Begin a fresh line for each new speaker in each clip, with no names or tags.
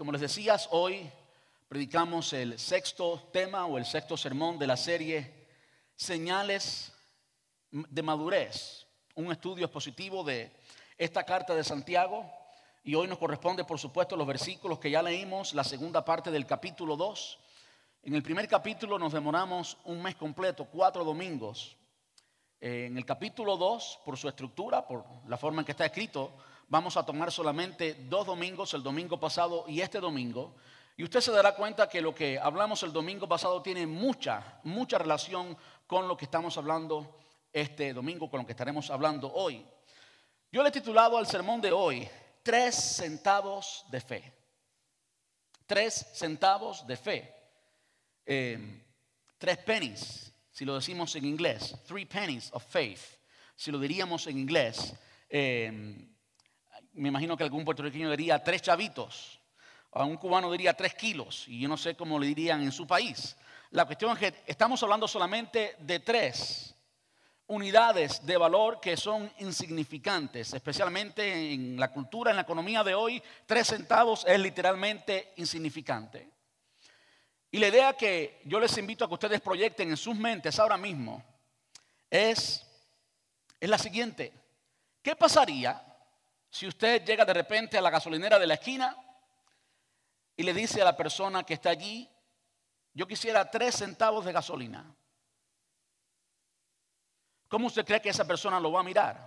Como les decías, hoy predicamos el sexto tema o el sexto sermón de la serie Señales de Madurez, un estudio expositivo de esta carta de Santiago. Y hoy nos corresponde, por supuesto, los versículos que ya leímos, la segunda parte del capítulo 2. En el primer capítulo nos demoramos un mes completo, 4 domingos. En el capítulo 2, por su estructura, por la forma en que está escrito, vamos a tomar solamente 2 domingos, el domingo pasado y este domingo. Y usted se dará cuenta que lo que hablamos el domingo pasado tiene mucha relación con lo que estamos hablando este domingo, con lo que estaremos hablando hoy. Yo le he titulado al sermón de hoy, 3 centavos de fe. 3 centavos de fe. 3 pennies. Si lo decimos en inglés, 3 pennies of faith. Si lo diríamos en inglés, me imagino que algún puertorriqueño diría 3 chavitos. O un cubano diría 3 kilos. Y yo no sé cómo le dirían en su país. La cuestión es que estamos hablando solamente de 3 unidades de valor que son insignificantes. Especialmente en la cultura, en la economía de hoy, 3 centavos es literalmente insignificante. Y la idea que yo les invito a que ustedes proyecten en sus mentes ahora mismo es la siguiente. ¿Qué pasaría si usted llega de repente a la gasolinera de la esquina y le dice a la persona que está allí, yo quisiera 3 centavos de gasolina? ¿Cómo usted cree que esa persona lo va a mirar?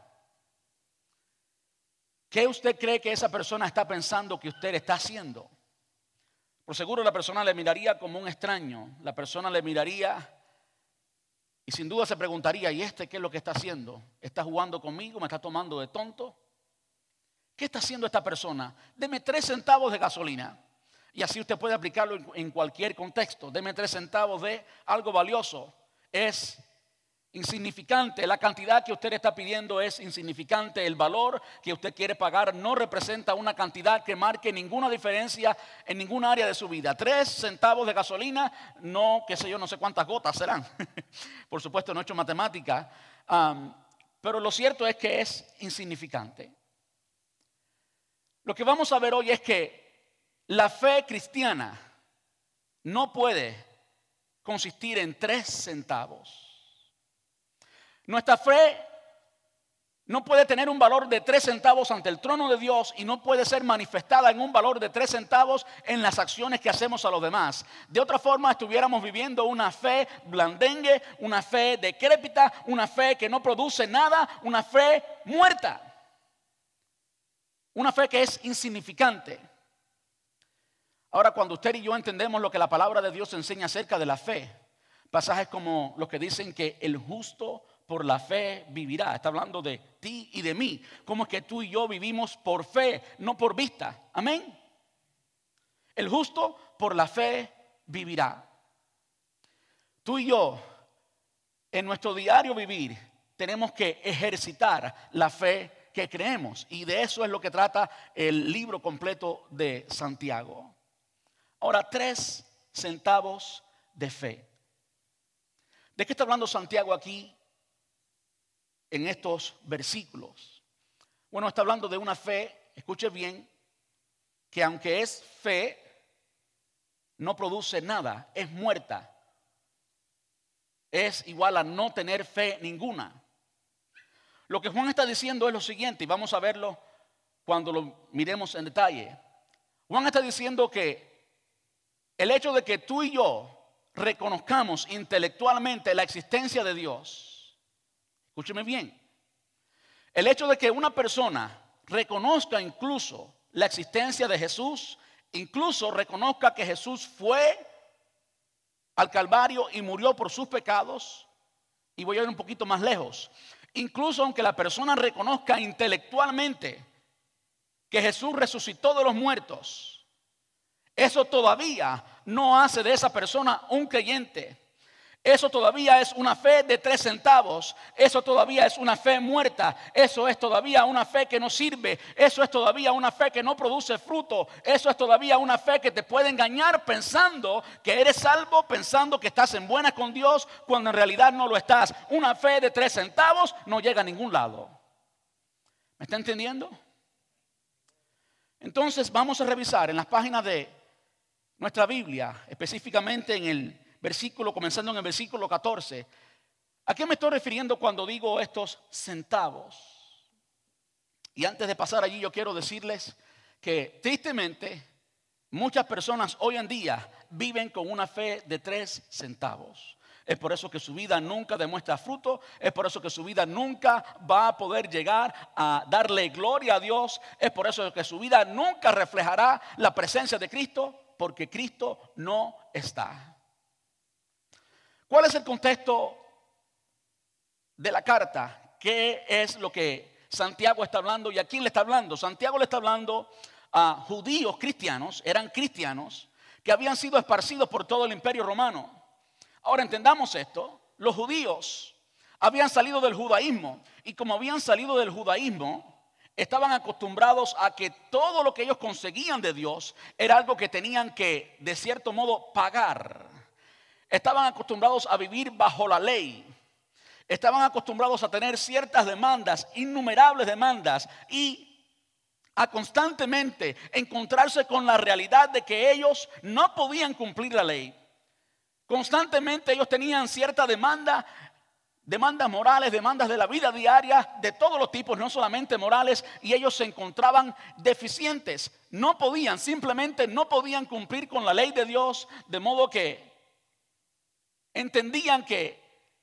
¿Qué usted cree que esa persona está pensando que usted está haciendo? Por seguro la persona le miraría como un extraño. La persona le miraría y sin duda se preguntaría, ¿y este qué es lo que está haciendo? ¿Está jugando conmigo? ¿Me está tomando de tonto? ¿Qué está haciendo esta persona? Deme 3 centavos de gasolina. Y así usted puede aplicarlo en cualquier contexto. Deme 3 centavos de algo valioso. Es insignificante. La cantidad que usted está pidiendo es insignificante. El valor que usted quiere pagar no representa una cantidad que marque ninguna diferencia en ninguna área de su vida. 3 centavos de gasolina, no, qué sé yo, no sé cuántas gotas serán. Por supuesto, no he hecho matemática. Pero lo cierto es que es insignificante. Lo que vamos a ver hoy es que la fe cristiana no puede consistir en 3 centavos. Nuestra fe no puede tener un valor de 3 centavos ante el trono de Dios y no puede ser manifestada en un valor de 3 centavos en las acciones que hacemos a los demás. De otra forma, estuviéramos viviendo una fe blandengue, una fe decrépita, una fe que no produce nada, una fe muerta. Una fe que es insignificante. Ahora, cuando usted y yo entendemos lo que la palabra de Dios enseña acerca de la fe, pasajes como los que dicen que el justo por la fe vivirá. Está hablando de ti y de mí. Cómo es que tú y yo vivimos por fe, no por vista. Amén. El justo por la fe vivirá. Tú y yo, en nuestro diario vivir, tenemos que ejercitar la fe que creemos. Y de eso es lo que trata el libro completo de Santiago. Ahora, 3 centavos de fe. ¿De qué está hablando Santiago aquí en estos versículos? Bueno, está hablando de una fe, escuche bien, que aunque es fe, no produce nada, es muerta. Es igual a no tener fe ninguna. Lo que Juan está diciendo es lo siguiente, y vamos a verlo cuando lo miremos en detalle. Juan está diciendo que el hecho de que tú y yo reconozcamos intelectualmente la existencia de Dios, escúcheme bien, el hecho de que una persona reconozca incluso la existencia de Jesús, incluso reconozca que Jesús fue al Calvario y murió por sus pecados, y voy a ir un poquito más lejos, incluso aunque la persona reconozca intelectualmente que Jesús resucitó de los muertos, eso todavía no hace de esa persona un creyente. Eso todavía es una fe de 3 centavos. Eso todavía es una fe muerta. Eso es todavía una fe que no sirve. Eso es todavía una fe que no produce fruto. Eso es todavía una fe que te puede engañar pensando que eres salvo, pensando que estás en buena con Dios, cuando en realidad no lo estás. Una fe de 3 centavos no llega a ningún lado. ¿Me está entendiendo? Entonces vamos a revisar en las páginas de nuestra Biblia, específicamente en el versículo, comenzando en el versículo 14. ¿A qué me estoy refiriendo cuando digo estos centavos? Y antes de pasar allí, yo quiero decirles que tristemente muchas personas hoy en día viven con una fe de 3 centavos. Es por eso que su vida nunca demuestra fruto. Es por eso que su vida nunca va a poder llegar a darle gloria a Dios. Es por eso que su vida nunca reflejará la presencia de Cristo, porque Cristo no está. ¿Cuál es el contexto de la carta? ¿Qué es lo que Santiago está hablando y a quién le está hablando? Santiago le está hablando a judíos cristianos, eran cristianos que habían sido esparcidos por todo el imperio romano. Ahora entendamos esto, los judíos habían salido del judaísmo y como habían salido del judaísmo, estaban acostumbrados a que todo lo que ellos conseguían de Dios era algo que tenían que, de cierto modo, pagar. Estaban acostumbrados a vivir bajo la ley. Estaban acostumbrados a tener ciertas demandas, innumerables demandas, y a constantemente encontrarse con la realidad de que ellos no podían cumplir la ley. Constantemente ellos tenían cierta demanda, demandas morales, demandas de la vida diaria, de todos los tipos, no solamente morales, y ellos se encontraban deficientes. No podían, simplemente no podían cumplir con la ley de Dios, de modo que entendían que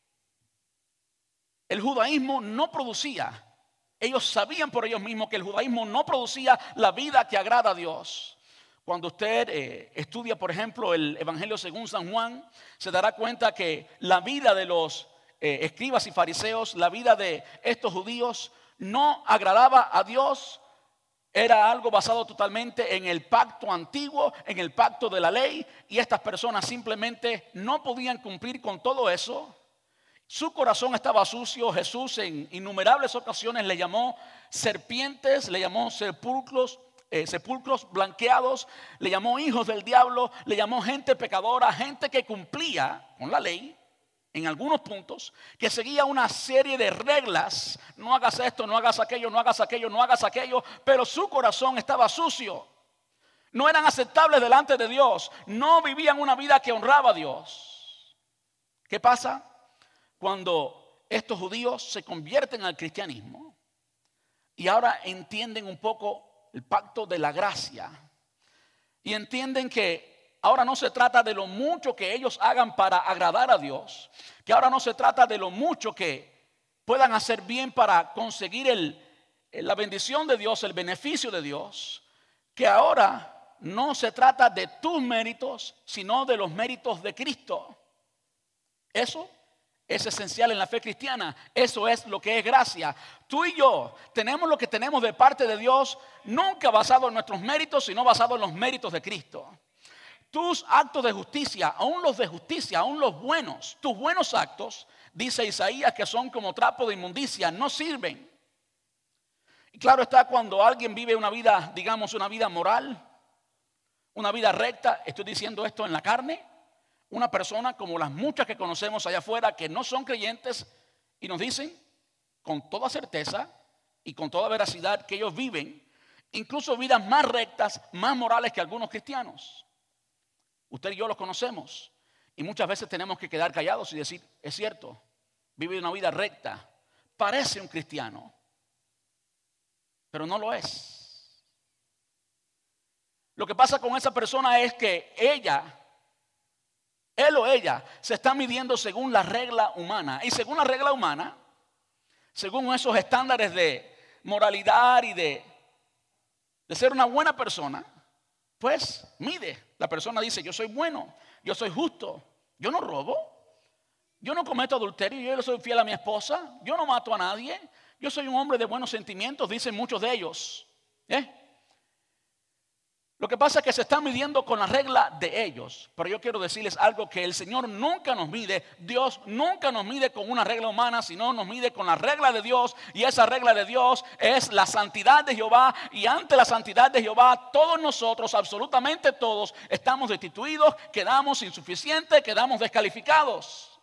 el judaísmo no producía. Ellos sabían por ellos mismos que el judaísmo no producía la vida que agrada a Dios. Cuando usted estudia, por ejemplo, el Evangelio según San Juan, se dará cuenta que la vida de los escribas y fariseos, la vida de estos judíos, no agradaba a Dios. Era algo basado totalmente en el pacto antiguo, en el pacto de la ley, y estas personas simplemente no podían cumplir con todo eso. Su corazón estaba sucio. Jesús en innumerables ocasiones le llamó serpientes, le llamó sepulcros blanqueados, le llamó hijos del diablo, le llamó gente pecadora, gente que cumplía con la ley en algunos puntos, que seguía una serie de reglas. No hagas esto, no hagas aquello, no hagas aquello, no hagas aquello, pero su corazón estaba sucio. No eran aceptables delante de Dios, no vivían una vida que honraba a Dios. ¿Qué pasa? Cuando estos judíos se convierten al cristianismo y ahora entienden un poco el pacto de la gracia y entienden que ahora no se trata de lo mucho que ellos hagan para agradar a Dios, que ahora no se trata de lo mucho que puedan hacer bien para conseguir la bendición de Dios, el beneficio de Dios, que ahora no se trata de tus méritos, sino de los méritos de Cristo. Eso es esencial en la fe cristiana. Eso es lo que es gracia. Tú y yo tenemos lo que tenemos de parte de Dios, nunca basado en nuestros méritos, sino basado en los méritos de Cristo. Tus actos de justicia, aún los de justicia, aún los buenos, tus buenos actos, dice Isaías, que son como trapo de inmundicia, no sirven. Y claro está, cuando alguien vive una vida, digamos, una vida moral, una vida recta, estoy diciendo esto en la carne. Una persona como las muchas que conocemos allá afuera que no son creyentes y nos dicen con toda certeza y con toda veracidad que ellos viven incluso vidas más rectas, más morales que algunos cristianos. Usted y yo los conocemos y muchas veces tenemos que quedar callados y decir, es cierto, vive una vida recta, parece un cristiano, pero no lo es. Lo que pasa con esa persona es que él o ella se está midiendo según la regla humana. Y según la regla humana, según esos estándares de moralidad y de ser una buena persona, pues mide. La persona dice, yo soy bueno, yo soy justo, yo no robo, yo no cometo adulterio, yo le soy fiel a mi esposa, yo no mato a nadie, yo soy un hombre de buenos sentimientos, dicen muchos de ellos. Lo que pasa es que se están midiendo con la regla de ellos. Pero yo quiero decirles algo, que el Señor nunca nos mide, Dios nunca nos mide con una regla humana, sino nos mide con la regla de Dios. Y esa regla de Dios es la santidad de Jehová. Y ante la santidad de Jehová, todos nosotros, absolutamente todos, estamos destituidos, quedamos insuficientes, quedamos descalificados.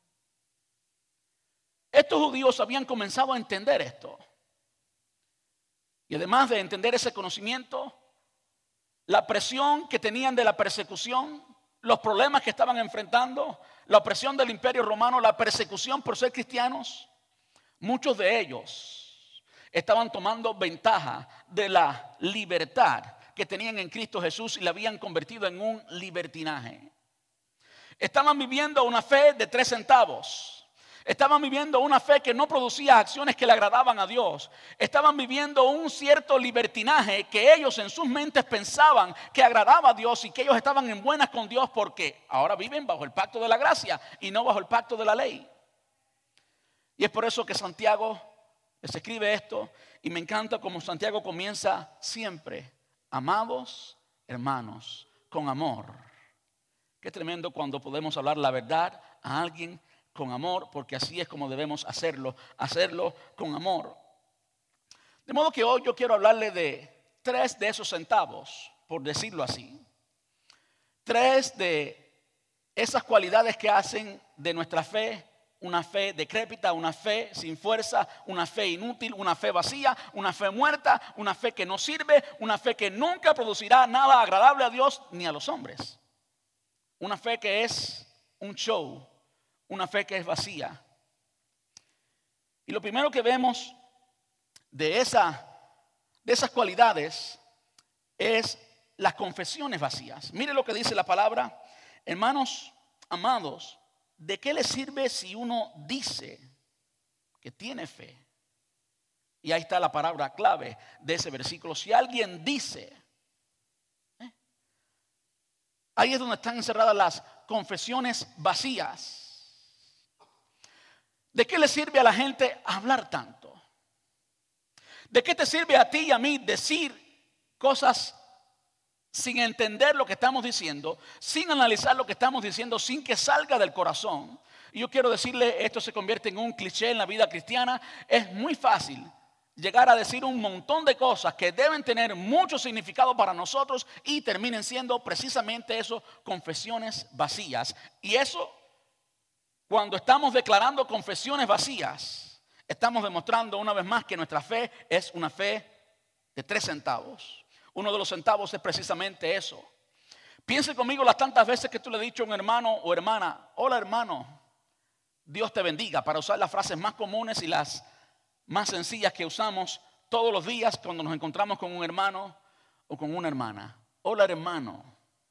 Estos judíos habían comenzado a entender esto. Y además de entender ese conocimiento, la presión que tenían de la persecución, los problemas que estaban enfrentando, la opresión del Imperio Romano, la persecución por ser cristianos, muchos de ellos estaban tomando ventaja de la libertad que tenían en Cristo Jesús y la habían convertido en un libertinaje. Estaban viviendo una fe de 3 centavos. Estaban viviendo una fe que no producía acciones que le agradaban a Dios. Estaban viviendo un cierto libertinaje que ellos en sus mentes pensaban que agradaba a Dios y que ellos estaban en buenas con Dios porque ahora viven bajo el pacto de la gracia y no bajo el pacto de la ley. Y es por eso que Santiago les escribe esto y me encanta como Santiago comienza siempre: amados hermanos, con amor. Qué tremendo cuando podemos hablar la verdad a alguien con amor, porque así es como debemos hacerlo con amor. De modo que hoy yo quiero hablarle de 3 de esos centavos, por decirlo así. 3 de esas cualidades que hacen de nuestra fe una fe decrépita, una fe sin fuerza, una fe inútil, una fe vacía, una fe muerta, una fe que no sirve, una fe que nunca producirá nada agradable a Dios ni a los hombres. Una fe que es un show, una fe que es vacía. Y lo primero que vemos de esas cualidades es las confesiones vacías. Mire lo que dice la palabra: hermanos amados, ¿de qué le sirve si uno dice que tiene fe? Y ahí está la palabra clave de ese versículo. Si alguien dice, ahí es donde están encerradas las confesiones vacías. ¿De qué le sirve a la gente hablar tanto? ¿De qué te sirve a ti y a mí decir cosas sin entender lo que estamos diciendo, sin analizar lo que estamos diciendo, sin que salga del corazón? Y yo quiero decirle, esto se convierte en un cliché en la vida cristiana. Es muy fácil llegar a decir un montón de cosas que deben tener mucho significado para nosotros y terminen siendo precisamente eso, confesiones vacías. Y eso, cuando estamos declarando confesiones vacías, estamos demostrando una vez más que nuestra fe es una fe de 3 centavos. Uno de los centavos es precisamente eso. Piense conmigo las tantas veces que tú le has dicho a un hermano o hermana: hola hermano, Dios te bendiga, para usar las frases más comunes y las más sencillas que usamos todos los días cuando nos encontramos con un hermano o con una hermana. Hola hermano.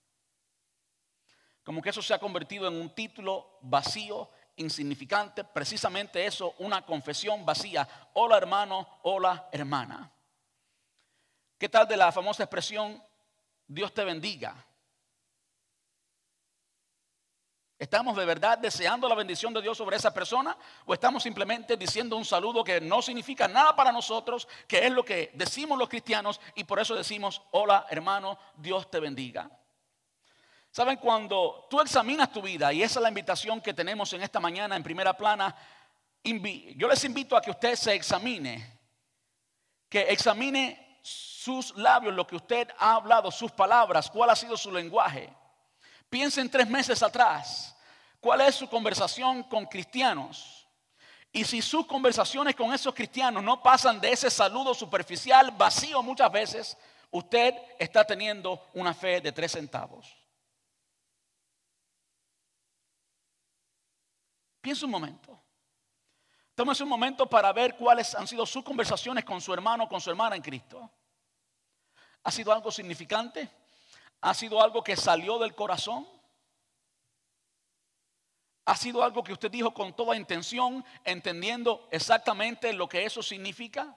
Como que eso se ha convertido en un título vacío, insignificante. Precisamente eso, una confesión vacía. Hola hermano, hola hermana. ¿Qué tal de la famosa expresión Dios te bendiga? ¿Estamos de verdad deseando la bendición de Dios sobre esa persona? ¿O estamos simplemente diciendo un saludo que no significa nada para nosotros, que es lo que decimos los cristianos y por eso decimos hola hermano, Dios te bendiga? ¿Saben? Cuando tú examinas tu vida, y esa es la invitación que tenemos en esta mañana en Primera Plana, yo les invito a que usted se examine, que examine sus labios, lo que usted ha hablado, sus palabras, cuál ha sido su lenguaje. Piense en 3 meses atrás, cuál es su conversación con cristianos. Y si sus conversaciones con esos cristianos no pasan de ese saludo superficial, vacío muchas veces, usted está teniendo una fe de 3 centavos. Piense un momento. Tómese un momento para ver cuáles han sido sus conversaciones con su hermano o con su hermana en Cristo. ¿Ha sido algo significante? ¿Ha sido algo que salió del corazón? ¿Ha sido algo que usted dijo con toda intención, entendiendo exactamente lo que eso significa?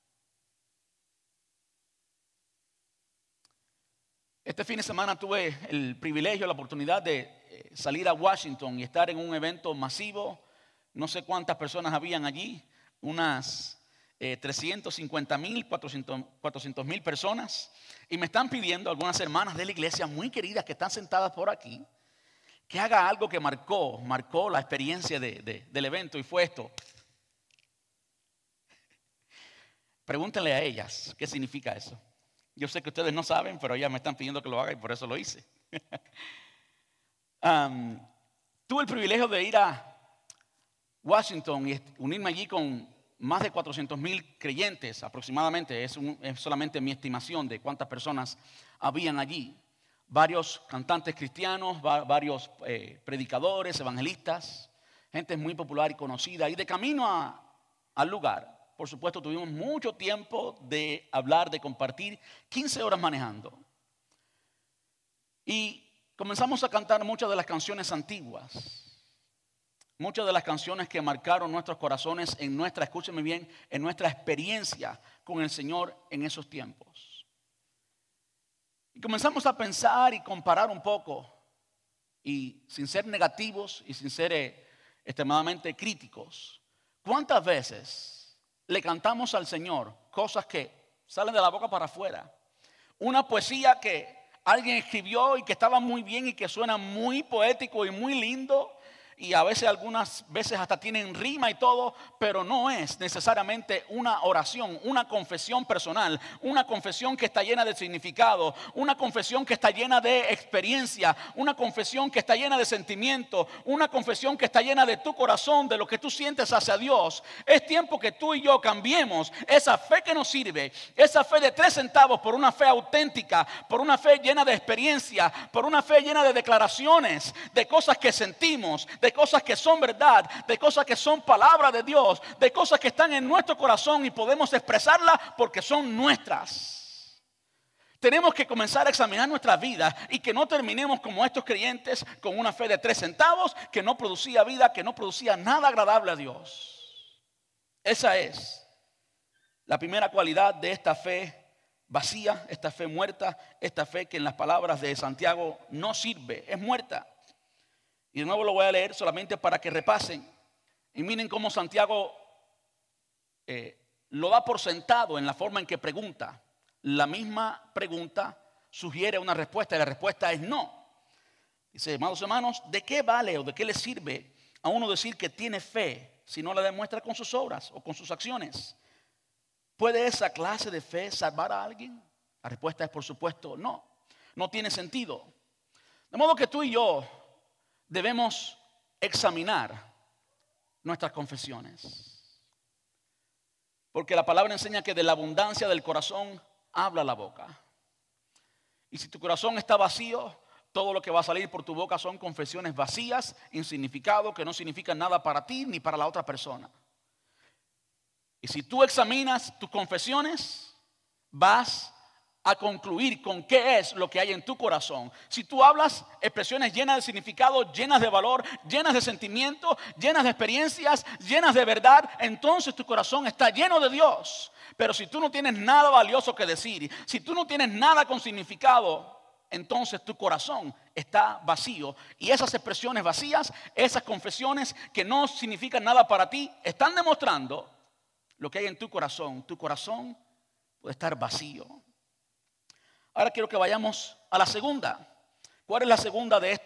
Este fin de semana tuve el privilegio, la oportunidad de salir a Washington y estar en un evento masivo. No sé cuántas personas habían allí, unas 350,000, 400,000 personas. Y me están pidiendo algunas hermanas de la iglesia muy queridas que están sentadas por aquí, que haga algo que marcó la experiencia del evento, y fue esto. Pregúntenle a ellas qué significa eso. Yo sé que ustedes no saben, pero ellas me están pidiendo que lo haga y por eso lo hice. Tuve el privilegio de ir a Washington y unirme allí con más de 400,000 creyentes aproximadamente. Es solamente mi estimación de cuántas personas habían allí. Varios cantantes cristianos, varios predicadores, evangelistas, gente muy popular y conocida. Y de camino al lugar, por supuesto, tuvimos mucho tiempo de hablar, de compartir, 15 horas manejando. Y comenzamos a cantar muchas de las canciones antiguas. Muchas de las canciones que marcaron nuestros corazones escúchenme bien, en nuestra experiencia con el Señor en esos tiempos. Y comenzamos a pensar y comparar un poco, y sin ser negativos y sin ser extremadamente críticos, ¿cuántas veces le cantamos al Señor cosas que salen de la boca para afuera? Una poesía que alguien escribió y que estaba muy bien y que suena muy poético y muy lindo. Y a veces, algunas veces hasta tienen rima y todo, pero no es necesariamente una oración, una confesión personal, una confesión que está llena de significado, una confesión que está llena de experiencia, una confesión que está llena de sentimiento, una confesión que está llena de tu corazón, de lo que tú sientes hacia Dios. Es tiempo que tú y yo cambiemos esa fe que nos sirve, esa fe de 3 centavos por una fe auténtica, por una fe llena de experiencia, por una fe llena de declaraciones, de cosas que sentimos, de cosas que son verdad, de cosas que son palabra de Dios, de cosas que están en nuestro corazón y podemos expresarlas porque son nuestras. Tenemos que comenzar a examinar nuestra vida y que no terminemos como estos creyentes con una fe de 3 centavos que no producía vida, que no producía nada agradable a Dios. Esa es la primera cualidad de esta fe vacía, esta fe muerta, esta fe que en las palabras de Santiago no sirve, es muerta. Y de nuevo lo voy a leer solamente para que repasen. Y miren cómo Santiago lo da por sentado en la forma en que pregunta. La misma pregunta sugiere una respuesta y la respuesta es no. Dice, amados hermanos, ¿de qué vale o de qué le sirve a uno decir que tiene fe si no la demuestra con sus obras o con sus acciones? ¿Puede esa clase de fe salvar a alguien? La respuesta es por supuesto no. No tiene sentido. De modo que tú y yo debemos examinar nuestras confesiones. Porque la palabra enseña que de la abundancia del corazón habla la boca. Y si tu corazón está vacío, todo lo que va a salir por tu boca son confesiones vacías, insignificado, que no significan nada para ti ni para la otra persona. Y si tú examinas tus confesiones, vas a concluir con qué es lo que hay en tu corazón. Si tú hablas expresiones llenas de significado, llenas de valor, llenas de sentimiento, llenas de experiencias, llenas de verdad, entonces tu corazón está lleno de Dios. Pero si tú no tienes nada valioso que decir, si tú no tienes nada con significado, entonces tu corazón está vacío. Y esas expresiones vacías, esas confesiones que no significan nada para ti, están demostrando lo que hay en tu corazón. Tu corazón puede estar vacío. Ahora quiero que vayamos a la segunda. ¿Cuál es la segunda de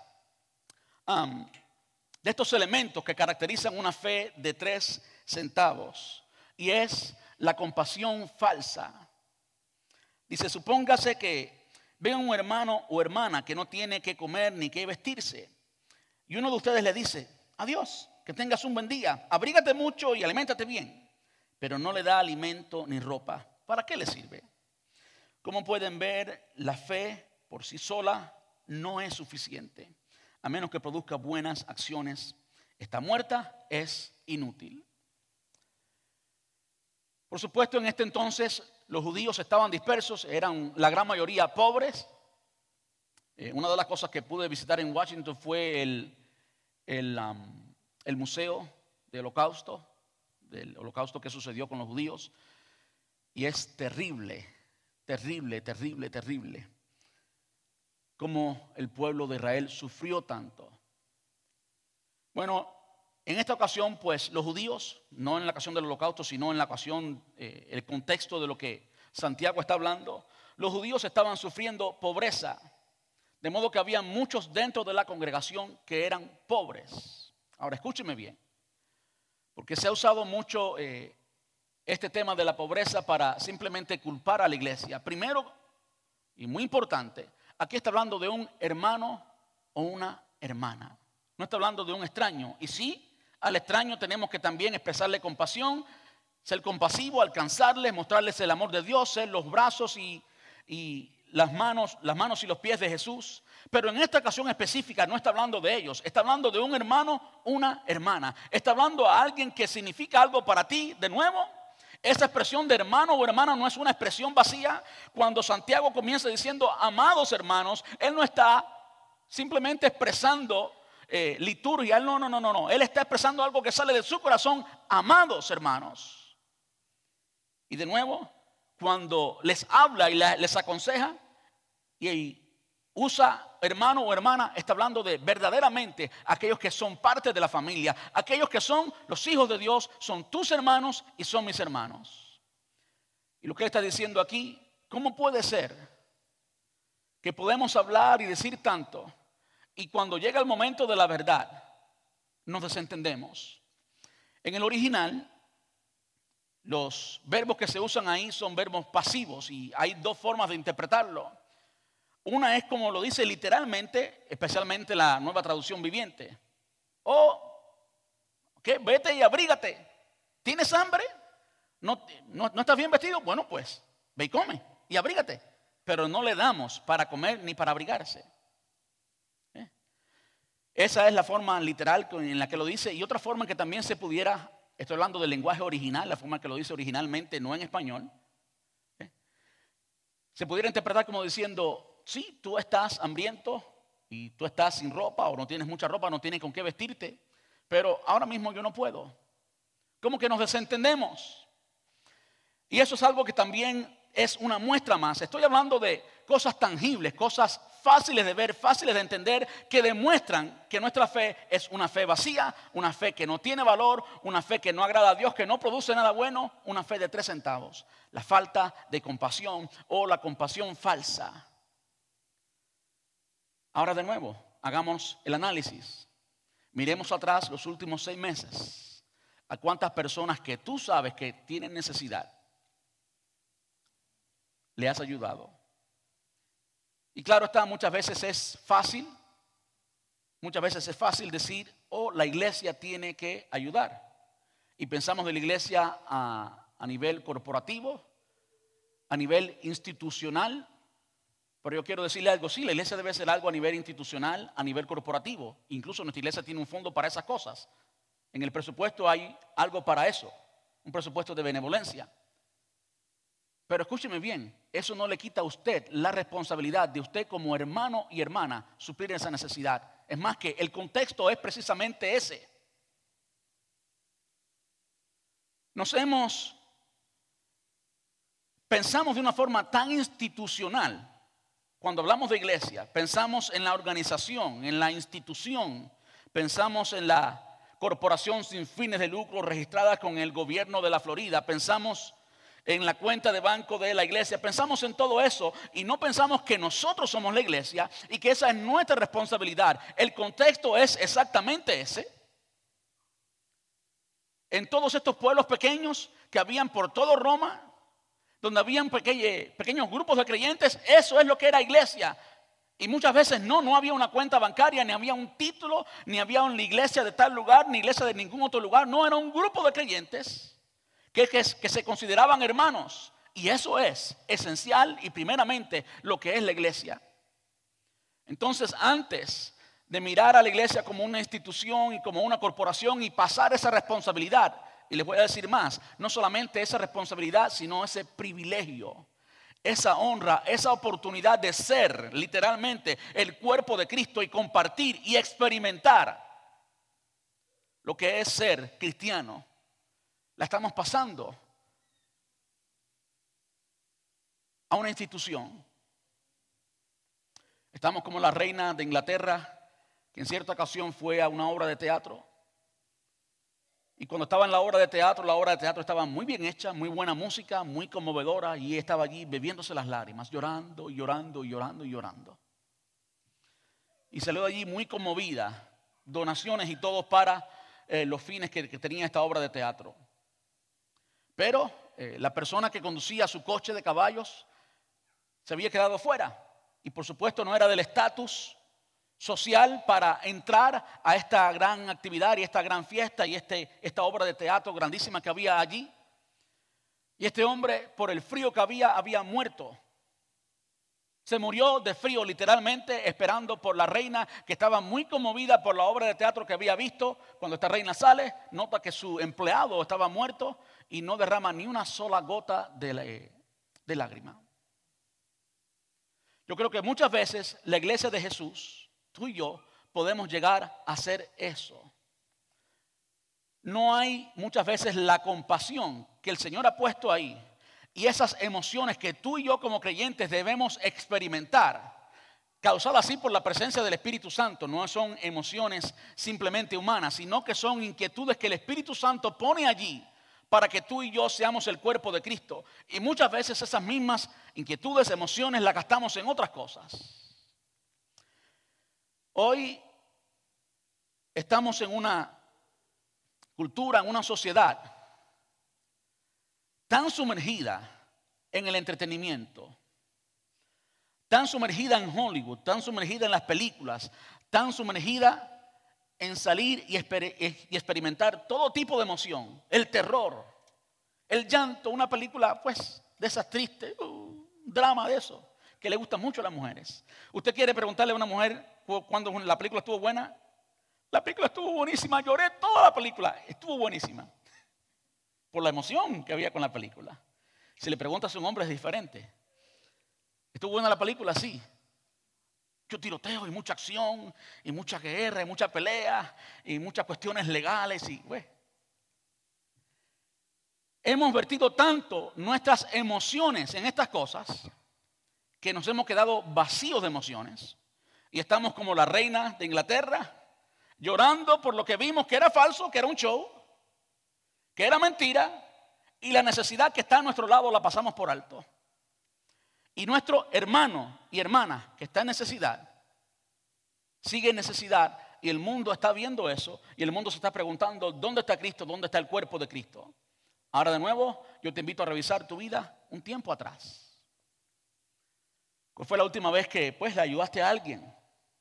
estos elementos que caracterizan una fe de 3 centavos? Y es la compasión falsa. Dice, supóngase que ve a un hermano o hermana que no tiene que comer ni que vestirse. Y uno de ustedes le dice, adiós, que tengas un buen día, abrígate mucho y aliméntate bien. Pero no le da alimento ni ropa. ¿Para qué le sirve? Como pueden ver, la fe por sí sola no es suficiente. A menos que produzca buenas acciones, está muerta, es inútil. Por supuesto, en este entonces los judíos estaban dispersos, eran la gran mayoría pobres. Una de las cosas que pude visitar en Washington fue el museo del holocausto que sucedió con los judíos. Y es terrible. Terrible, terrible, terrible. Cómo el pueblo de Israel sufrió tanto. Bueno, en esta ocasión, pues los judíos, no en la ocasión del holocausto, sino en la ocasión, el contexto de lo que Santiago está hablando, los judíos estaban sufriendo pobreza. De modo que había muchos dentro de la congregación que eran pobres. Ahora escúcheme bien, porque se ha usado mucho este tema de la pobreza para simplemente culpar a la iglesia. Primero, y muy importante, aquí está hablando de un hermano o una hermana. No está hablando de un extraño. Y sí, Al extraño tenemos que también expresarle compasión, ser compasivo, alcanzarles, mostrarles el amor de Dios, ser los brazos y las manos y los pies de Jesús. Pero en esta ocasión específica no está hablando de ellos, está hablando de un hermano, una hermana. Está hablando a alguien que significa algo para ti. De nuevo, esa expresión de hermano o hermana no es una expresión vacía. Cuando Santiago comienza diciendo amados hermanos, él no está simplemente expresando liturgia. Él no. Él está expresando algo que sale de su corazón, amados hermanos. Y de nuevo, cuando les habla y les aconseja y usa hermano o hermana, está hablando de verdaderamente aquellos que son parte de la familia, aquellos que son los hijos de Dios, son tus hermanos y son mis hermanos. Y lo que él está diciendo aquí, ¿cómo puede ser que podemos hablar y decir tanto y cuando llega el momento de la verdad nos desentendemos? En el original, los verbos que se usan ahí son verbos pasivos y hay dos formas de interpretarlo. Una es como lo dice literalmente, especialmente la Nueva Traducción Viviente. Vete y abrígate. ¿Tienes hambre? ¿No estás bien vestido? Bueno, pues ve y come y abrígate. Pero no le damos para comer ni para abrigarse. Esa es la forma literal en la que lo dice. Y otra forma que también se pudiera, estoy hablando del lenguaje original, la forma que lo dice originalmente, no en español. Se pudiera interpretar como diciendo, sí, tú estás hambriento y tú estás sin ropa o no tienes mucha ropa, no tienes con qué vestirte, pero ahora mismo yo no puedo. ¿Cómo que nos desentendemos? Y eso es algo que también es una muestra más. Estoy hablando de cosas tangibles, cosas fáciles de ver, fáciles de entender, que demuestran que nuestra fe es una fe vacía, una fe que no tiene valor, una fe que no agrada a Dios, que no produce nada bueno, una fe de 3 centavos. La falta de compasión o la compasión falsa. Ahora de nuevo, hagamos el análisis. Miremos atrás los últimos 6 meses. ¿A cuántas personas que tú sabes que tienen necesidad le has ayudado? Y claro está, muchas veces es fácil decir, la iglesia tiene que ayudar. Y pensamos de la iglesia a nivel corporativo, a nivel institucional. Pero yo quiero decirle algo, sí, la iglesia debe ser algo a nivel institucional, a nivel corporativo. Incluso nuestra iglesia tiene un fondo para esas cosas. En el presupuesto hay algo para eso, un presupuesto de benevolencia. Pero escúcheme bien, eso no le quita a usted la responsabilidad de usted como hermano y hermana suplir esa necesidad. Es más que el contexto es precisamente ese. Pensamos de una forma tan institucional. Cuando hablamos de iglesia, pensamos en la organización, en la institución, pensamos en la corporación sin fines de lucro registrada con el gobierno de la Florida, pensamos en la cuenta de banco de la iglesia, pensamos en todo eso y no pensamos que nosotros somos la iglesia y que esa es nuestra responsabilidad. El contexto es exactamente ese. En todos estos pueblos pequeños que habían por todo Roma, donde habían pequeños grupos de creyentes, eso es lo que era iglesia. Y muchas veces no había una cuenta bancaria, ni había un título, ni había una iglesia de tal lugar, ni iglesia de ningún otro lugar. No, era un grupo de creyentes que se consideraban hermanos. Y eso es esencial y primeramente lo que es la iglesia. Entonces, antes de mirar a la iglesia como una institución y como una corporación y pasar esa responsabilidad, y les voy a decir más, no solamente esa responsabilidad, sino ese privilegio, esa honra, esa oportunidad de ser literalmente el cuerpo de Cristo y compartir y experimentar lo que es ser cristiano. La estamos pasando a una institución. Estamos como la reina de Inglaterra, que en cierta ocasión fue a una obra de teatro. Y cuando estaba en la obra de teatro estaba muy bien hecha, muy buena música, muy conmovedora. Y ella estaba allí bebiéndose las lágrimas, llorando, llorando, llorando y llorando. Y salió de allí muy conmovida, donaciones y todo para los fines que tenía esta obra de teatro. Pero la persona que conducía su coche de caballos se había quedado fuera. Y por supuesto no era del estatus social para entrar a esta gran actividad y esta gran fiesta y esta obra de teatro grandísima que había allí. Y este hombre, por el frío que había muerto. Se murió de frío literalmente, esperando por la reina, que estaba muy conmovida por la obra de teatro que había visto. Cuando esta reina sale, nota que su empleado estaba muerto y no derrama ni una sola gota de lágrima. Yo creo que muchas veces la iglesia de Jesús, tú y yo, podemos llegar a hacer eso. No hay muchas veces la compasión que el Señor ha puesto ahí. Y esas emociones que tú y yo como creyentes debemos experimentar, causadas así por la presencia del Espíritu Santo, no son emociones simplemente humanas, sino que son inquietudes que el Espíritu Santo pone allí para que tú y yo seamos el cuerpo de Cristo. Y muchas veces esas mismas inquietudes, emociones, las gastamos en otras cosas. Hoy estamos en una cultura, en una sociedad tan sumergida en el entretenimiento, tan sumergida en Hollywood, tan sumergida en las películas, tan sumergida en salir y experimentar todo tipo de emoción, el terror, el llanto, una película pues de esas tristes, un drama de eso, que le gusta mucho a las mujeres. ¿Usted quiere preguntarle a una mujer cuando la película estuvo buena? La película estuvo buenísima, lloré toda la película, estuvo buenísima. Por la emoción que había con la película. Si le preguntas a un hombre es diferente. ¿Estuvo buena la película? Sí. Mucho tiroteo y mucha acción y mucha guerra y mucha pelea y muchas cuestiones legales y hemos vertido tanto nuestras emociones en estas cosas que nos hemos quedado vacíos de emociones y estamos como la reina de Inglaterra llorando por lo que vimos que era falso, que era un show, que era mentira, y la necesidad que está a nuestro lado la pasamos por alto. Y nuestro hermano y hermana que está en necesidad, sigue en necesidad, y el mundo está viendo eso, y el mundo se está preguntando, ¿dónde está Cristo? ¿Dónde está el cuerpo de Cristo? Ahora de nuevo, yo te invito a revisar tu vida un tiempo atrás. ¿Cuál fue la última vez que le ayudaste a alguien?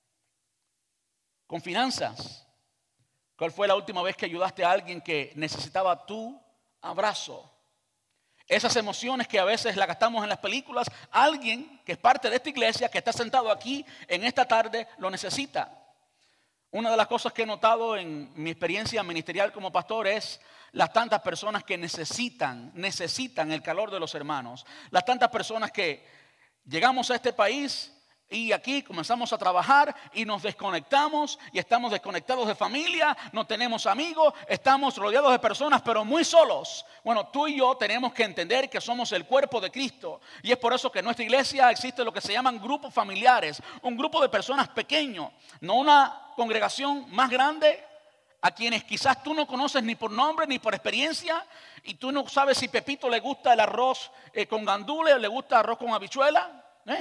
Con finanzas. ¿Cuál fue la última vez que ayudaste a alguien que necesitaba tu abrazo? Esas emociones que a veces las gastamos en las películas, alguien que es parte de esta iglesia, que está sentado aquí en esta tarde, lo necesita. Una de las cosas que he notado en mi experiencia ministerial como pastor es las tantas personas que necesitan el calor de los hermanos. Las tantas personas que llegamos a este país y aquí comenzamos a trabajar y nos desconectamos y estamos desconectados de familia, no tenemos amigos, estamos rodeados de personas pero muy solos. Bueno, tú y yo tenemos que entender que somos el cuerpo de Cristo y es por eso que en nuestra iglesia existe lo que se llaman grupos familiares, un grupo de personas pequeño, no una congregación más grande a quienes quizás tú no conoces ni por nombre ni por experiencia y tú no sabes si Pepito le gusta el arroz con gandules o le gusta arroz con habichuela,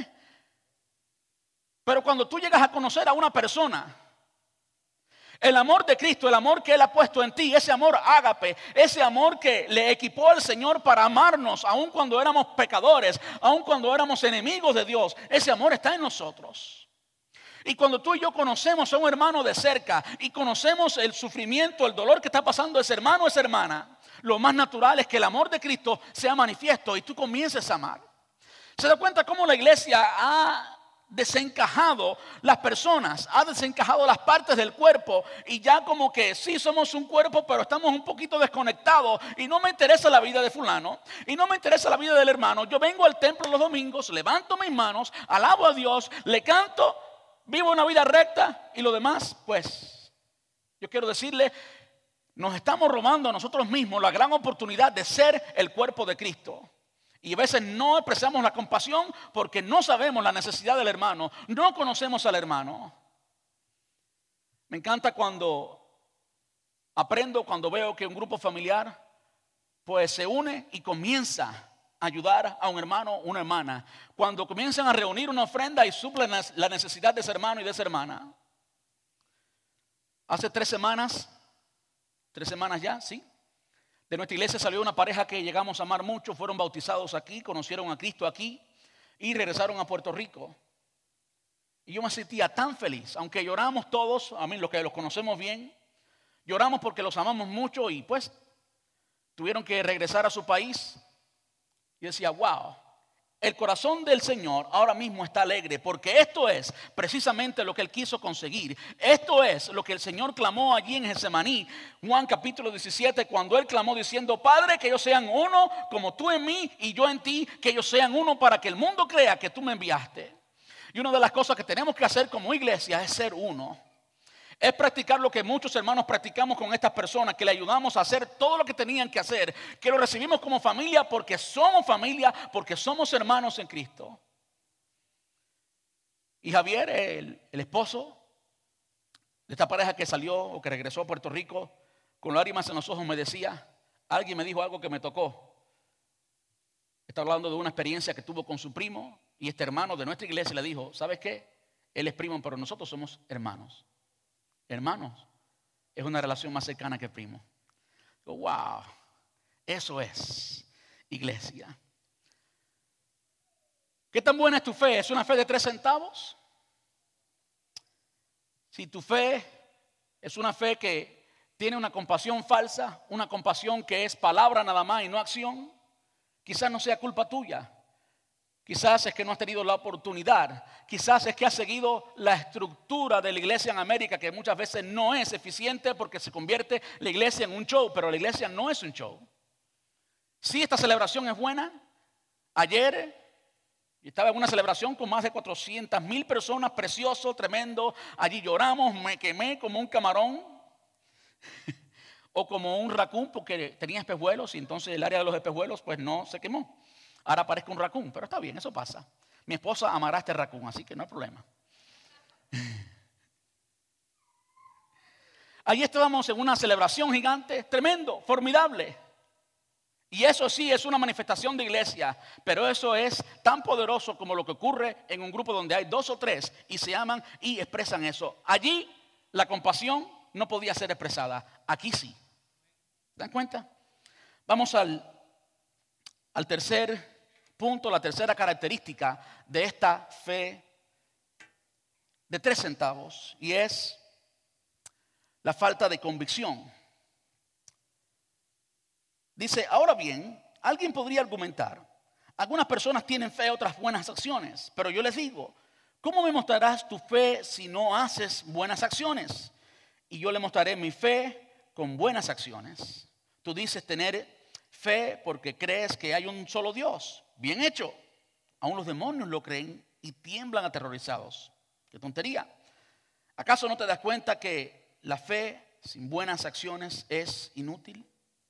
Pero cuando tú llegas a conocer a una persona, el amor de Cristo, el amor que Él ha puesto en ti, ese amor ágape, ese amor que le equipó al Señor para amarnos, aun cuando éramos pecadores, aun cuando éramos enemigos de Dios, ese amor está en nosotros. Y cuando tú y yo conocemos a un hermano de cerca y conocemos el sufrimiento, el dolor que está pasando ese hermano o esa hermana, lo más natural es que el amor de Cristo sea manifiesto y tú comiences a amar. ¿Se da cuenta cómo la iglesia ha desencajado las personas, ha desencajado las partes del cuerpo y ya como que sí somos un cuerpo pero estamos un poquito desconectados y no me interesa la vida de fulano y no me interesa la vida del hermano? Yo vengo al templo los domingos, levanto mis manos, alabo a Dios, le canto, vivo una vida recta y lo demás pues yo quiero decirle, nos estamos robando a nosotros mismos la gran oportunidad de ser el cuerpo de Cristo. Y a veces no expresamos la compasión porque no sabemos la necesidad del hermano, no conocemos al hermano. Me encanta cuando veo que un grupo familiar pues se une y comienza a ayudar a un hermano o una hermana. Cuando comienzan a reunir una ofrenda y suplen la necesidad de ese hermano y de esa hermana. Hace 3 semanas ya, ¿sí? De nuestra iglesia salió una pareja que llegamos a amar mucho, fueron bautizados aquí, conocieron a Cristo aquí y regresaron a Puerto Rico. Y yo me sentía tan feliz, aunque lloramos todos, a mí los que los conocemos bien, lloramos porque los amamos mucho y pues tuvieron que regresar a su país. Y decía, wow, el corazón del Señor ahora mismo está alegre porque esto es precisamente lo que Él quiso conseguir. Esto es lo que el Señor clamó allí en Getsemaní, Juan capítulo 17, cuando Él clamó diciendo, Padre, que ellos sean uno como tú en mí y yo en ti, que ellos sean uno para que el mundo crea que tú me enviaste. Y una de las cosas que tenemos que hacer como iglesia es ser uno. Es practicar lo que muchos hermanos practicamos con estas personas, que le ayudamos a hacer todo lo que tenían que hacer, que lo recibimos como familia porque somos hermanos en Cristo. Y Javier, el esposo de esta pareja que salió o que regresó a Puerto Rico, con lágrimas en los ojos me decía, alguien me dijo algo que me tocó. Está hablando de una experiencia que tuvo con su primo y este hermano de nuestra iglesia le dijo, ¿sabes qué? Él es primo, pero nosotros somos hermanos. Hermanos, es una relación más cercana que primo. Wow, eso es iglesia. ¿Qué tan buena es tu fe? ¿Es una fe de 3 centavos? Si tu fe es una fe que tiene una compasión falsa, una compasión que es palabra nada más y no acción, quizás no sea culpa tuya. Quizás es que no has tenido la oportunidad. Quizás es que has seguido la estructura de la iglesia en América, que muchas veces no es eficiente porque se convierte la iglesia en un show, pero la iglesia no es un show. Sí, esta celebración es buena. Ayer estaba en una celebración con más de 400,000 personas, precioso, tremendo. Allí lloramos, me quemé como un camarón o como un raccoon porque tenía espejuelos y entonces el área de los espejuelos pues no se quemó. Ahora parezco un raccoon, pero está bien, eso pasa. Mi esposa amará este raccoon, así que no hay problema. Allí estábamos en una celebración gigante, tremendo, formidable. Y eso sí es una manifestación de iglesia, pero eso es tan poderoso como lo que ocurre en un grupo donde hay 2 o 3 y se aman y expresan eso. Allí la compasión no podía ser expresada, aquí sí. ¿Se dan cuenta? Vamos al tercer punto, la tercera característica de esta fe de 3 centavos, y es la falta de convicción. Dice, ahora bien, alguien podría argumentar, algunas personas tienen fe, otras buenas acciones, pero yo les digo, ¿cómo me mostrarás tu fe si no haces buenas acciones? Y yo le mostraré mi fe con buenas acciones. Tú dices tener fe porque crees que hay un solo Dios. Bien hecho. Aún los demonios lo creen y tiemblan aterrorizados. Qué tontería. ¿Acaso no te das cuenta que la fe sin buenas acciones es inútil?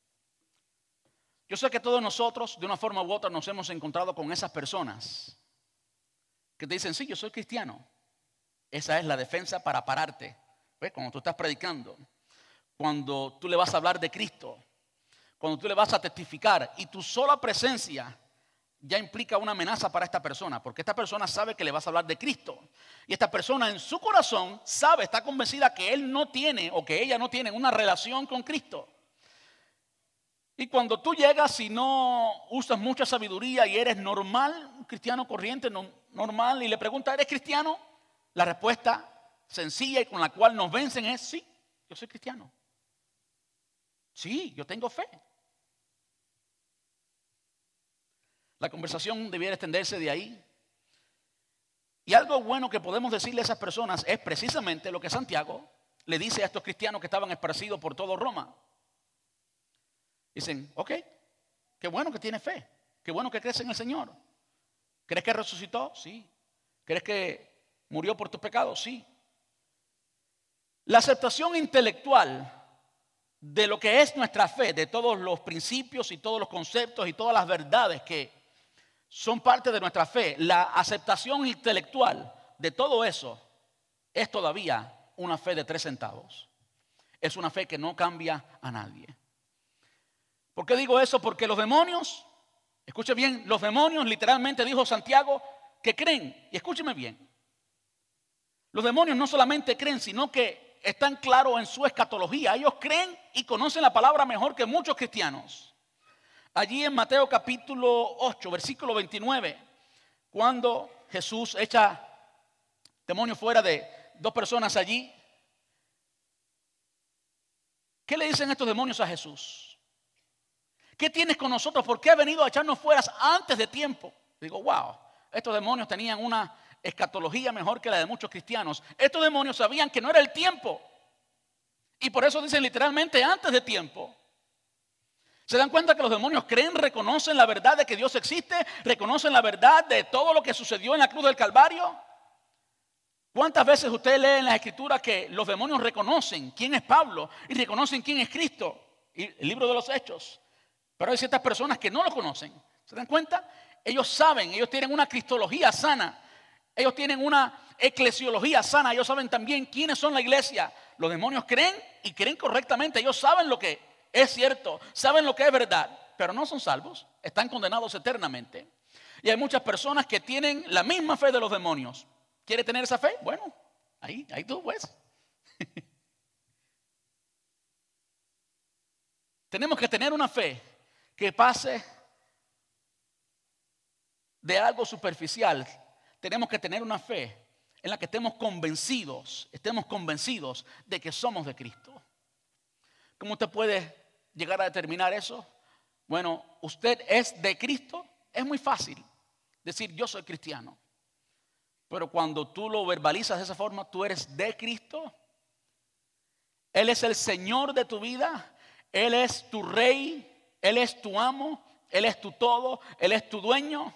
Yo sé que todos nosotros, de una forma u otra, nos hemos encontrado con esas personas que te dicen, sí, yo soy cristiano. Esa es la defensa para pararte. ¿Ves? Cuando tú estás predicando, cuando tú le vas a hablar de Cristo, cuando tú le vas a testificar y tu sola presencia ya implica una amenaza para esta persona, porque esta persona sabe que le vas a hablar de Cristo. Y esta persona en su corazón sabe, está convencida que él no tiene o que ella no tiene una relación con Cristo. Y cuando tú llegas y no usas mucha sabiduría y eres normal, un cristiano corriente, normal, y le preguntas, ¿eres cristiano? La respuesta sencilla y con la cual nos vencen es, sí, yo soy cristiano. Sí, yo tengo fe. La conversación debiera extenderse de ahí. Y algo bueno que podemos decirle a esas personas es precisamente lo que Santiago le dice a estos cristianos que estaban esparcidos por todo Roma. Dicen, ok, qué bueno que tienes fe, qué bueno que crees en el Señor. ¿Crees que resucitó? Sí. ¿Crees que murió por tus pecados? Sí. La aceptación intelectual de lo que es nuestra fe, de todos los principios y todos los conceptos y todas las verdades que son parte de nuestra fe, la aceptación intelectual de todo eso es todavía una fe de 3 centavos. Es una fe que no cambia a nadie. ¿Por qué digo eso? Porque los demonios, escuche bien, los demonios literalmente dijo Santiago que creen, y escúcheme bien, los demonios no solamente creen, sino que están claros en su escatología. Ellos creen y conocen la palabra mejor que muchos cristianos. Allí en Mateo capítulo 8, versículo 29, cuando Jesús echa demonio fuera de dos personas allí. ¿Qué le dicen estos demonios a Jesús? ¿Qué tienes con nosotros? ¿Por qué has venido a echarnos fuera antes de tiempo? Digo, wow, estos demonios tenían una escatología mejor que la de muchos cristianos. Estos demonios sabían que no era el tiempo. Y por eso dicen literalmente antes de tiempo. ¿Se dan cuenta que los demonios creen, reconocen la verdad de que Dios existe? ¿Reconocen la verdad de todo lo que sucedió en la cruz del Calvario? ¿Cuántas veces usted lee en las Escrituras que los demonios reconocen quién es Pablo y reconocen quién es Cristo? Y el libro de los Hechos. Pero hay ciertas personas que no lo conocen. ¿Se dan cuenta? Ellos saben, ellos tienen una cristología sana. Ellos tienen una eclesiología sana. Ellos saben también quiénes son la iglesia. Los demonios creen y creen correctamente. Ellos saben lo que es cierto, saben lo que es verdad, pero no son salvos. Están condenados eternamente. Y hay muchas personas que tienen la misma fe de los demonios. ¿Quiere tener esa fe? Bueno, ahí tú pues. Tenemos que tener una fe que pase de algo superficial. Tenemos que tener una fe en la que estemos convencidos de que somos de Cristo. ¿Cómo usted puede llegar a determinar eso? Bueno, usted es de Cristo. Es muy fácil decir yo soy cristiano. Pero cuando tú lo verbalizas de esa forma, tú eres de Cristo. Él es el Señor de tu vida. Él es tu Rey. Él es tu amo. Él es tu todo. Él es tu dueño.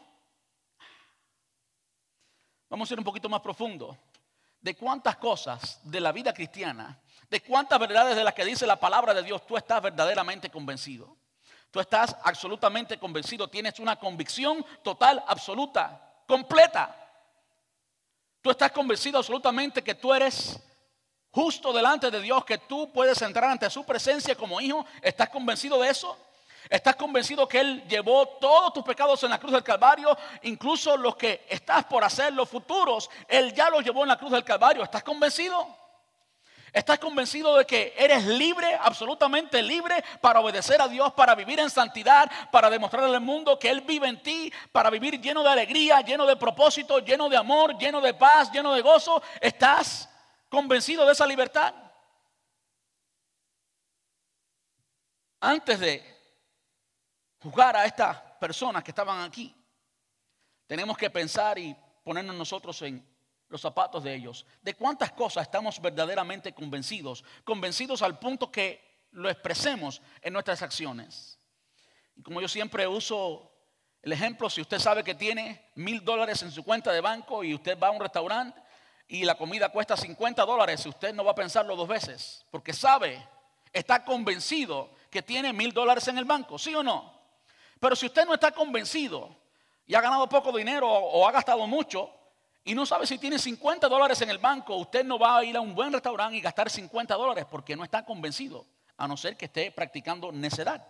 Vamos a ir un poquito más profundo. ¿De cuántas cosas de la vida cristiana, de cuántas verdades de las que dice la palabra de Dios tú estás verdaderamente convencido? Tú estás absolutamente convencido. Tienes una convicción total, absoluta, completa. Tú estás convencido absolutamente que tú eres justo delante de Dios, que tú puedes entrar ante su presencia como hijo. ¿Estás convencido de eso? ¿Estás convencido que Él llevó todos tus pecados en la cruz del Calvario? Incluso los que estás por hacer, los futuros, Él ya los llevó en la cruz del Calvario. ¿Estás convencido? ¿Estás convencido de que eres libre, absolutamente libre, para obedecer a Dios, para vivir en santidad, para demostrarle al mundo que Él vive en ti, para vivir lleno de alegría, lleno de propósito, lleno de amor, lleno de paz, lleno de gozo? ¿Estás convencido de esa libertad? Antes de juzgar a estas personas que estaban aquí, tenemos que pensar y ponernos nosotros en los zapatos de ellos. ¿De cuántas cosas estamos verdaderamente convencidos? Convencidos al punto que lo expresemos en nuestras acciones. Y como yo siempre uso el ejemplo, si usted sabe que tiene $1,000 en su cuenta de banco y usted va a un restaurante y la comida cuesta $50, usted no va a pensarlo dos veces, porque sabe, está convencido que tiene $1,000 en el banco, ¿sí o no? Pero si usted no está convencido y ha ganado poco dinero o ha gastado mucho y no sabe si tiene $50 en el banco, usted no va a ir a un buen restaurante y gastar $50 porque no está convencido, a no ser que esté practicando necedad.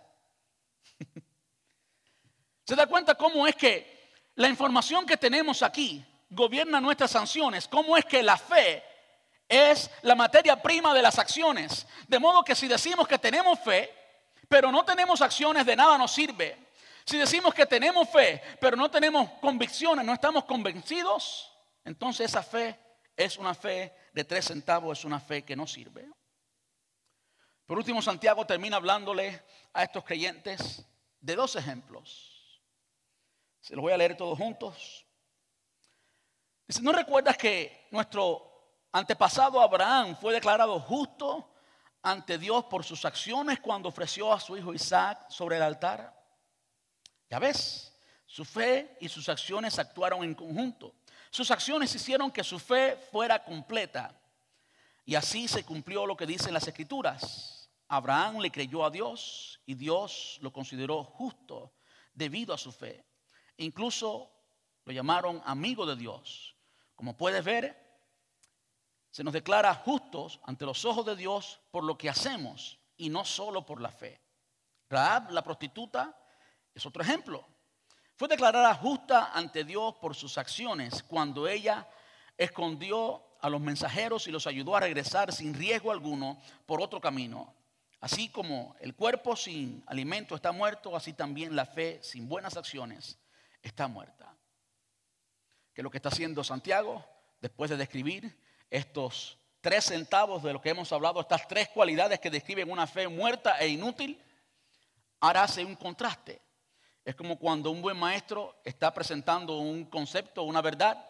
¿Se da cuenta cómo es que la información que tenemos aquí gobierna nuestras acciones? ¿Cómo es que la fe es la materia prima de las acciones? De modo que si decimos que tenemos fe, pero no tenemos acciones, de nada nos sirve. Si decimos que tenemos fe, pero no tenemos convicciones, no estamos convencidos, entonces esa fe es una fe de 3 centavos, es una fe que no sirve. Por último, Santiago termina hablándole a estos creyentes de 2 ejemplos. Se los voy a leer todos juntos. Dice, ¿no recuerdas que nuestro antepasado Abraham fue declarado justo ante Dios por sus acciones cuando ofreció a su hijo Isaac sobre el altar? Ya ves, su fe y sus acciones actuaron en conjunto. Sus acciones hicieron que su fe fuera completa. Y así se cumplió lo que dicen las Escrituras. Abraham le creyó a Dios y Dios lo consideró justo debido a su fe. Incluso lo llamaron amigo de Dios. Como puedes ver, se nos declara justos ante los ojos de Dios por lo que hacemos y no solo por la fe. Rahab, la prostituta, es otro ejemplo. Fue declarada justa ante Dios por sus acciones cuando ella escondió a los mensajeros y los ayudó a regresar sin riesgo alguno por otro camino. Así como el cuerpo sin alimento está muerto, así también la fe sin buenas acciones está muerta. ¿Qué es lo que está haciendo Santiago? después de describir estos 3 centavos de lo que hemos hablado, estas 3 cualidades que describen una fe muerta e inútil, ahora hace un contraste. Es como cuando un buen maestro está presentando un concepto, una verdad,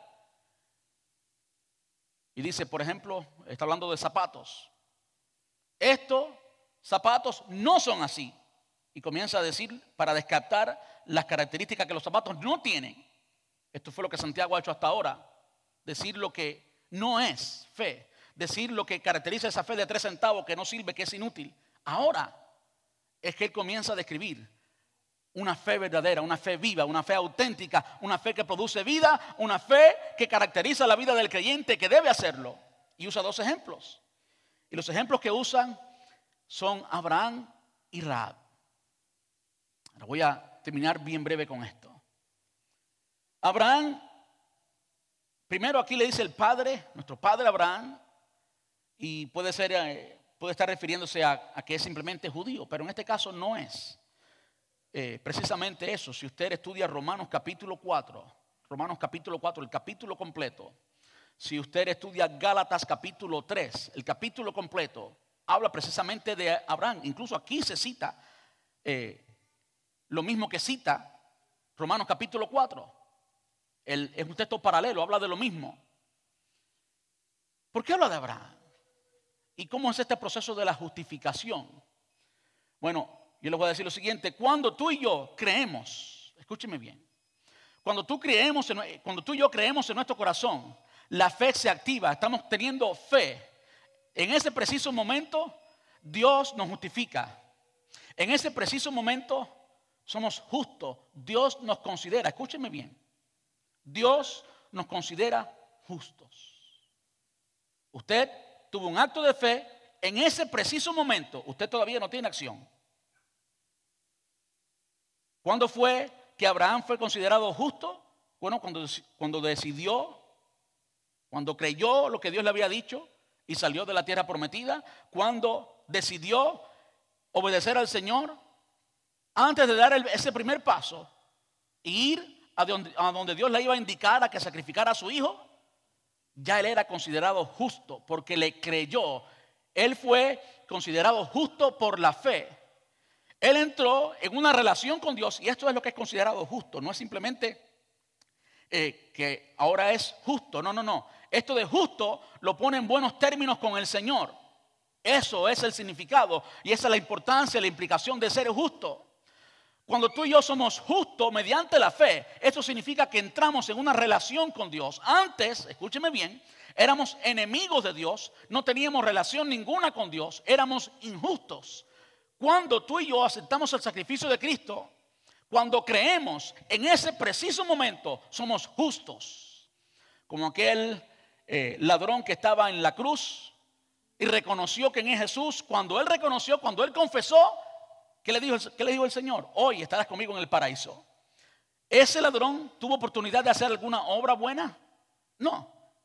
y dice, por ejemplo, está hablando de zapatos. Estos zapatos no son así. Y comienza a decir, para descartar las características que los zapatos no tienen. Esto fue lo que Santiago ha hecho hasta ahora. Decir lo que no es fe. Decir lo que caracteriza esa fe de 3 centavos que no sirve, que es inútil. Ahora es que él comienza a describir una fe verdadera, una fe viva, una fe auténtica, una fe que produce vida, una fe que caracteriza la vida del creyente, que debe hacerlo. Y usa 2 ejemplos. Y los ejemplos que usan son Abraham y Rahab. Ahora voy a terminar bien breve con esto. Abraham, primero aquí le dice el padre, nuestro padre Abraham, y puede estar refiriéndose a que es simplemente judío, pero en este caso no es precisamente eso. Si usted estudia Romanos capítulo 4, el capítulo completo, si usted estudia Gálatas capítulo 3, el capítulo completo, habla precisamente de Abraham. Incluso aquí se cita lo mismo que cita Romanos capítulo 4. Es un texto paralelo, habla de lo mismo. ¿Por qué habla de Abraham? ¿Y cómo es este proceso de la justificación? Bueno, yo les voy a decir lo siguiente. Cuando tú y yo creemos, escúcheme bien, cuando tú y yo creemos en nuestro corazón, la fe se activa, estamos teniendo fe. En ese preciso momento, Dios nos justifica. En ese preciso momento, somos justos. Dios nos considera, escúcheme bien, Dios nos considera justos. Usted tuvo un acto de fe, en ese preciso momento, usted todavía no tiene acción. ¿Cuándo fue que Abraham fue considerado justo? Bueno, cuando decidió, cuando creyó lo que Dios le había dicho y salió de la tierra prometida, cuando decidió obedecer al Señor, antes de dar ese primer paso e ir a donde Dios le iba a indicar a que sacrificara a su hijo, ya él era considerado justo porque le creyó. Él fue considerado justo por la fe. Él entró en una relación con Dios y esto es lo que es considerado justo. No es simplemente que ahora es justo. No. Esto de justo lo pone en buenos términos con el Señor. Eso es el significado y esa es la importancia, la implicación de ser justo. Cuando tú y yo somos justos mediante la fe, eso significa que entramos en una relación con Dios. Antes, escúcheme bien, éramos enemigos de Dios, no teníamos relación ninguna con Dios, éramos injustos. Cuando tú y yo aceptamos el sacrificio de Cristo, cuando creemos, en ese preciso momento somos justos. Como aquel ladrón que estaba en la cruz y reconoció quién es Jesús. Cuando él confesó, ¿qué le dijo el Señor? Hoy estarás conmigo en el paraíso. ¿Ese ladrón tuvo oportunidad de hacer alguna obra buena? No.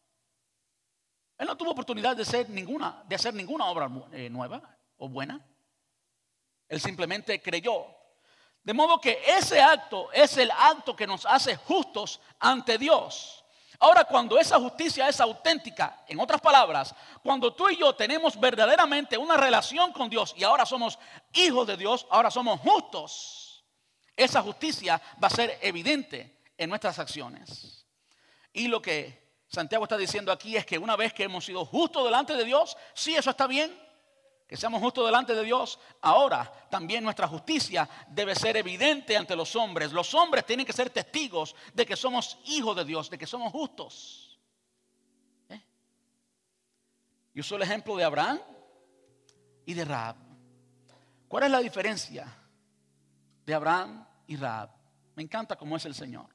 Él no tuvo oportunidad de hacer ninguna obra nueva o buena. Él simplemente creyó. De modo que ese acto es el acto que nos hace justos ante Dios. Ahora, cuando esa justicia es auténtica, en otras palabras, cuando tú y yo tenemos verdaderamente una relación con Dios y ahora somos hijos de Dios, ahora somos justos, esa justicia va a ser evidente en nuestras acciones. Y lo que Santiago está diciendo aquí es que una vez que hemos sido justos delante de Dios, sí, eso está bien, que seamos justos delante de Dios. Ahora también nuestra justicia debe ser evidente ante los hombres. Los hombres tienen que ser testigos de que somos hijos de Dios, de que somos justos. Yo uso el ejemplo de Abraham y de Rahab. ¿Cuál es la diferencia de Abraham y Rahab? Me encanta cómo es el Señor.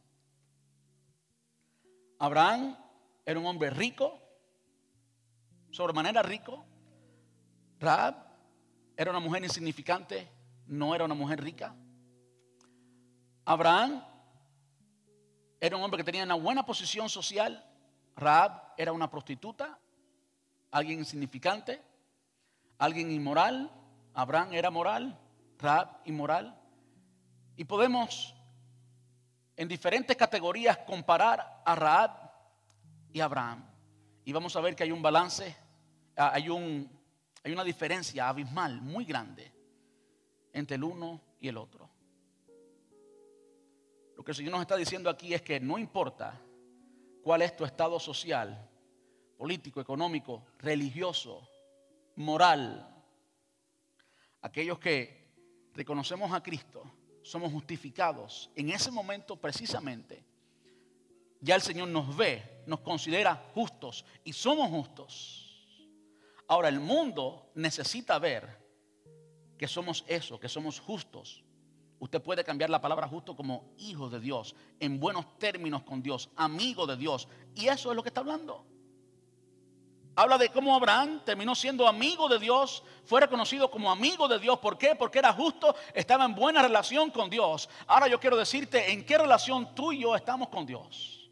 Abraham era un hombre rico, sobremanera rico. Rahab era una mujer insignificante, no era una mujer rica. Abraham era un hombre que tenía una buena posición social. Rahab era una prostituta, alguien insignificante, alguien inmoral. Abraham era moral, Rahab inmoral. Y podemos en diferentes categorías comparar a Rahab y a Abraham. Y vamos a ver que hay un balance, hay una diferencia abismal muy grande entre el uno y el otro. Lo que el Señor nos está diciendo aquí es que no importa cuál es tu estado social, político, económico, religioso, moral, aquellos que reconocemos a Cristo somos justificados en ese momento precisamente. Ya el Señor nos ve, nos considera justos y somos justos. Ahora el mundo necesita ver que somos eso, que somos justos. Usted puede cambiar la palabra justo como hijo de Dios, en buenos términos con Dios, amigo de Dios. Y eso es lo que está hablando. Habla de cómo Abraham terminó siendo amigo de Dios, fue reconocido como amigo de Dios. ¿Por qué? Porque era justo, estaba en buena relación con Dios. Ahora yo quiero decirte en qué relación tú y yo estamos con Dios.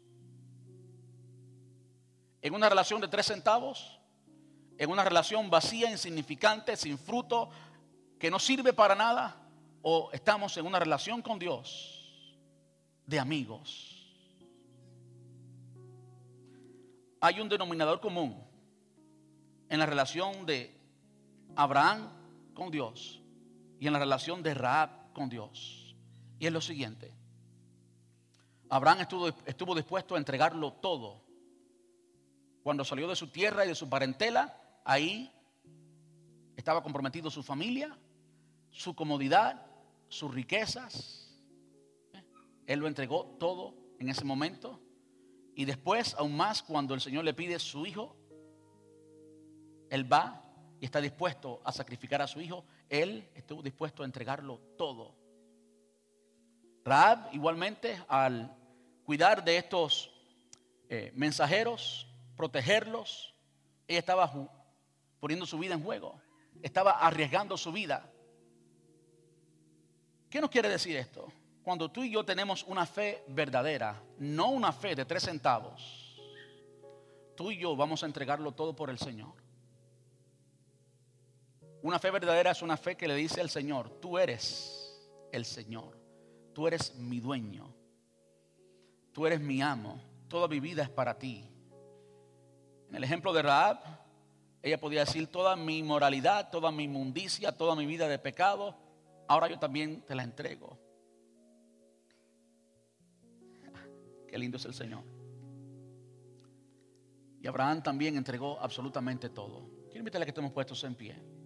¿En una relación de 3 centavos? ¿En una relación vacía, insignificante, sin fruto, que no sirve para nada? ¿O estamos en una relación con Dios de amigos? Hay un denominador común en la relación de Abraham con Dios y en la relación de Rahab con Dios. Y es lo siguiente: Abraham estuvo dispuesto a entregarlo todo. Cuando salió de su tierra y de su parentela, ahí estaba comprometido su familia, su comodidad, sus riquezas. Él lo entregó todo en ese momento. Y después, aún más, cuando el Señor le pide su hijo, él va y está dispuesto a sacrificar a su hijo. Él estuvo dispuesto a entregarlo todo. Rahab, igualmente, al cuidar de estos mensajeros, protegerlos, ella estaba poniendo su vida en juego, estaba arriesgando su vida. ¿Qué nos quiere decir esto? Cuando tú y yo tenemos una fe verdadera, no una fe de 3 centavos, tú y yo vamos a entregarlo todo por el Señor. Una fe verdadera es una fe que le dice al Señor: tú eres el Señor, tú eres mi dueño, tú eres mi amo, toda mi vida es para ti. En el ejemplo de Rahab, ella podía decir: toda mi inmoralidad, toda mi inmundicia, toda mi vida de pecado, ahora yo también te la entrego. Qué lindo es el Señor. Y Abraham también entregó absolutamente todo. Quiero invitarle a que estemos puestos en pie.